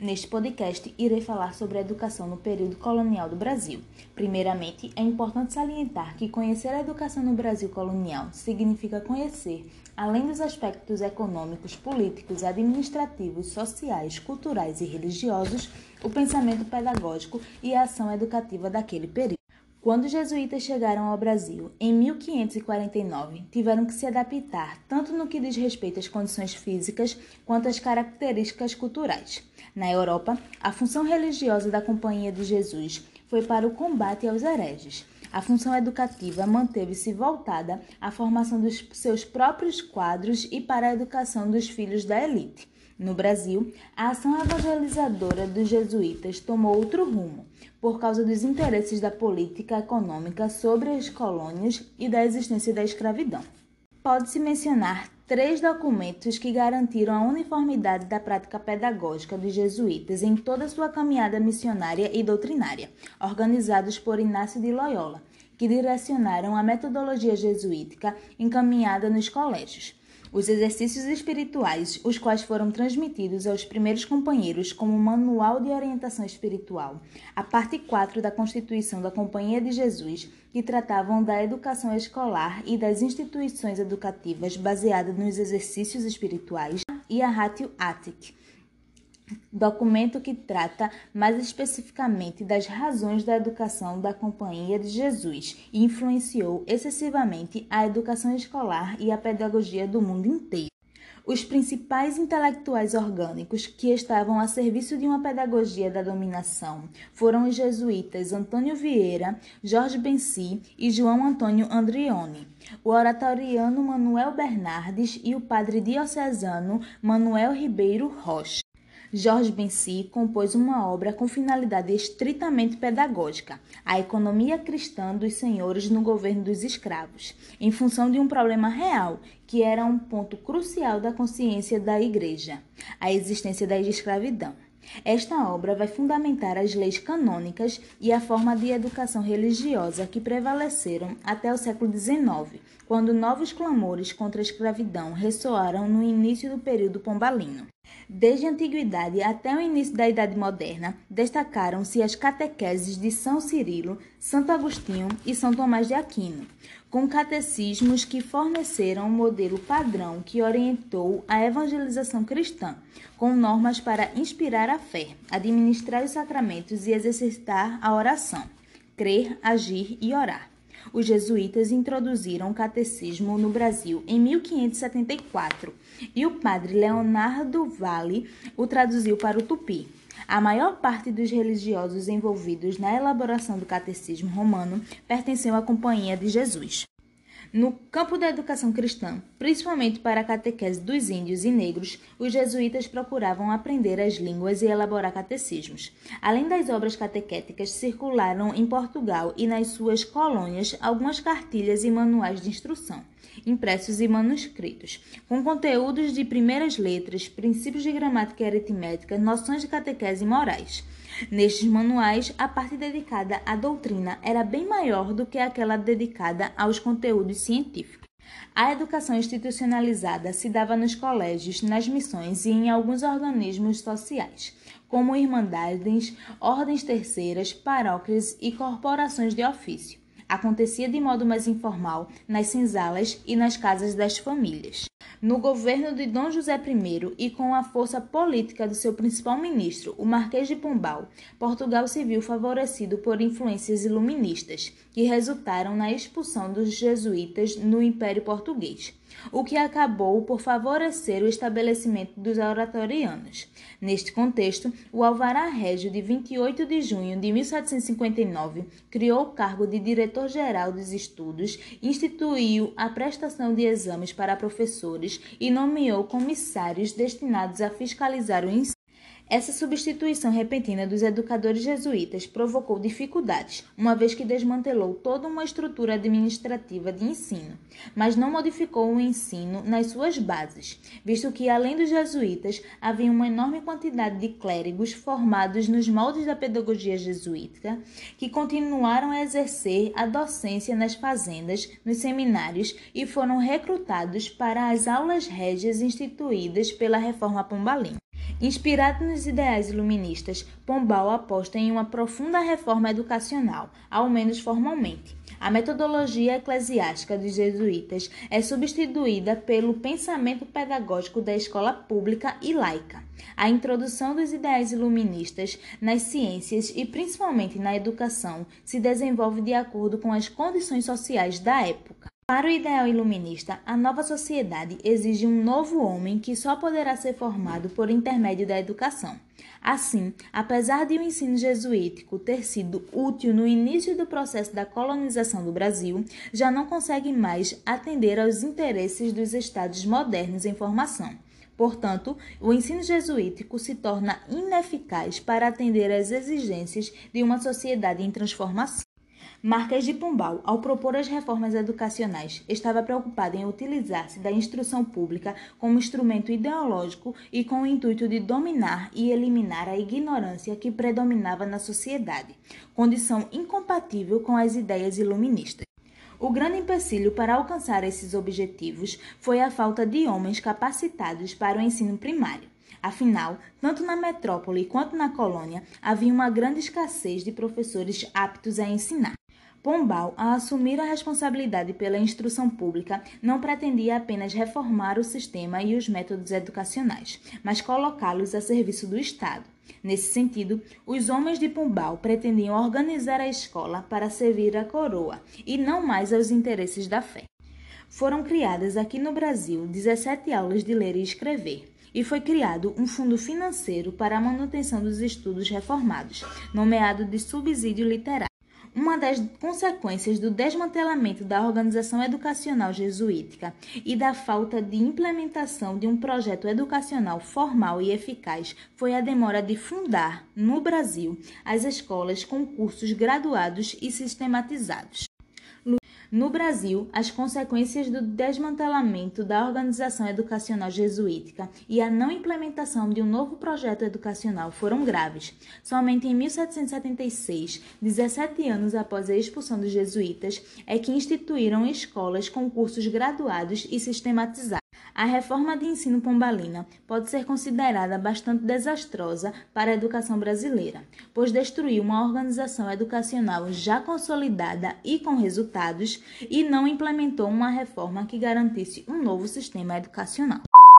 Neste podcast, irei falar sobre a educação no período colonial do Brasil. Primeiramente, é importante salientar que conhecer a educação no Brasil colonial significa conhecer, além dos aspectos econômicos, políticos, administrativos, sociais, culturais e religiosos, o pensamento pedagógico e a ação educativa daquele período. Quando os jesuítas chegaram ao Brasil, em 1549, tiveram que se adaptar tanto no que diz respeito às condições físicas quanto às características culturais. Na Europa, a função religiosa da Companhia de Jesus foi para o combate aos hereges. A função educativa manteve-se voltada à formação dos seus próprios quadros e para a educação dos filhos da elite. No Brasil, a ação evangelizadora dos jesuítas tomou outro rumo, por causa dos interesses da política econômica sobre as colônias e da existência da escravidão. Pode-se mencionar 3 documentos que garantiram a uniformidade da prática pedagógica dos jesuítas em toda sua caminhada missionária e doutrinária, organizados por Inácio de Loyola, que direcionaram a metodologia jesuítica encaminhada nos colégios. Os exercícios espirituais, os quais foram transmitidos aos primeiros companheiros como Manual de Orientação Espiritual, a parte 4 da Constituição da Companhia de Jesus, que tratavam da educação escolar e das instituições educativas baseadas nos exercícios espirituais, e a Ratio Attic, documento que trata mais especificamente das razões da educação da Companhia de Jesus e influenciou excessivamente a educação escolar e a pedagogia do mundo inteiro. Os principais intelectuais orgânicos que estavam a serviço de uma pedagogia da dominação foram os jesuítas Antônio Vieira, Jorge Ben-Si e João Antônio Andreoni, o oratoriano Manuel Bernardes e o padre diocesano Manuel Ribeiro Rocha. Jorge Ben-Si compôs uma obra com finalidade estritamente pedagógica, a economia cristã dos senhores no governo dos escravos, em função de um problema real, que era um ponto crucial da consciência da Igreja, a existência da escravidão. Esta obra vai fundamentar as leis canônicas e a forma de educação religiosa que prevaleceram até o século XIX, quando novos clamores contra a escravidão ressoaram no início do período pombalino. Desde a antiguidade até o início da Idade Moderna, destacaram-se as catequeses de São Cirilo, Santo Agostinho e São Tomás de Aquino, com catecismos que forneceram um modelo padrão que orientou a evangelização cristã, com normas para inspirar a fé, administrar os sacramentos e exercitar a oração, crer, agir e orar. Os jesuítas introduziram o catecismo no Brasil em 1574 e o padre Leonardo Vale o traduziu para o tupi. A maior parte dos religiosos envolvidos na elaboração do catecismo romano pertenceu à Companhia de Jesus. No campo da educação cristã, principalmente para a catequese dos índios e negros, os jesuítas procuravam aprender as línguas e elaborar catecismos. Além das obras catequéticas, circularam em Portugal e nas suas colônias algumas cartilhas e manuais de instrução, impressos e manuscritos, com conteúdos de primeiras letras, princípios de gramática e aritmética, noções de catequese e morais. Nestes manuais, a parte dedicada à doutrina era bem maior do que aquela dedicada aos conteúdos científicos. A educação institucionalizada se dava nos colégios, nas missões e em alguns organismos sociais, como irmandades, ordens terceiras, paróquias e corporações de ofício. Acontecia de modo mais informal nas senzalas e nas casas das famílias. No governo de Dom José I e com a força política do seu principal ministro, o Marquês de Pombal, Portugal se viu favorecido por influências iluministas, que resultaram na expulsão dos jesuítas no Império Português, o que acabou por favorecer o estabelecimento dos oratorianos. Neste contexto, o Alvará Régio de 28 de junho de 1759 criou o cargo de diretor-geral dos estudos, instituiu a prestação de exames para professores e nomeou comissários destinados a fiscalizar o ensino. Essa substituição repentina dos educadores jesuítas provocou dificuldades, uma vez que desmantelou toda uma estrutura administrativa de ensino, mas não modificou o ensino nas suas bases, visto que, além dos jesuítas, havia uma enorme quantidade de clérigos formados nos moldes da pedagogia jesuítica, que continuaram a exercer a docência nas fazendas, nos seminários e foram recrutados para as aulas régias instituídas pela Reforma Pombalina. Inspirado nos ideais iluministas, Pombal aposta em uma profunda reforma educacional, ao menos formalmente. A metodologia eclesiástica dos jesuítas é substituída pelo pensamento pedagógico da escola pública e laica. A introdução dos ideais iluministas nas ciências e principalmente na educação se desenvolve de acordo com as condições sociais da época. Para o ideal iluminista, a nova sociedade exige um novo homem que só poderá ser formado por intermédio da educação. Assim, apesar de o ensino jesuítico ter sido útil no início do processo da colonização do Brasil, já não consegue mais atender aos interesses dos estados modernos em formação. Portanto, o ensino jesuítico se torna ineficaz para atender às exigências de uma sociedade em transformação. Marquês de Pombal, ao propor as reformas educacionais, estava preocupado em utilizar-se da instrução pública como instrumento ideológico e com o intuito de dominar e eliminar a ignorância que predominava na sociedade, condição incompatível com as ideias iluministas. O grande empecilho para alcançar esses objetivos foi a falta de homens capacitados para o ensino primário. Afinal, tanto na metrópole quanto na colônia, havia uma grande escassez de professores aptos a ensinar. Pombal, ao assumir a responsabilidade pela instrução pública, não pretendia apenas reformar o sistema e os métodos educacionais, mas colocá-los a serviço do Estado. Nesse sentido, os homens de Pombal pretendiam organizar a escola para servir à coroa e não mais aos interesses da fé. Foram criadas aqui no Brasil 17 aulas de ler e escrever. E foi criado um fundo financeiro para a manutenção dos estudos reformados, nomeado de subsídio literário. Uma das consequências do desmantelamento da organização educacional jesuítica e da falta de implementação de um projeto educacional formal e eficaz foi a demora de fundar, no Brasil, as escolas com cursos graduados e sistematizados. No Brasil, as consequências do desmantelamento da organização educacional jesuítica e a não implementação de um novo projeto educacional foram graves. Somente em 1776, 17 anos após a expulsão dos jesuítas, é que instituíram escolas com cursos graduados e sistematizados. A reforma de ensino pombalina pode ser considerada bastante desastrosa para a educação brasileira, pois destruiu uma organização educacional já consolidada e com resultados e não implementou uma reforma que garantisse um novo sistema educacional.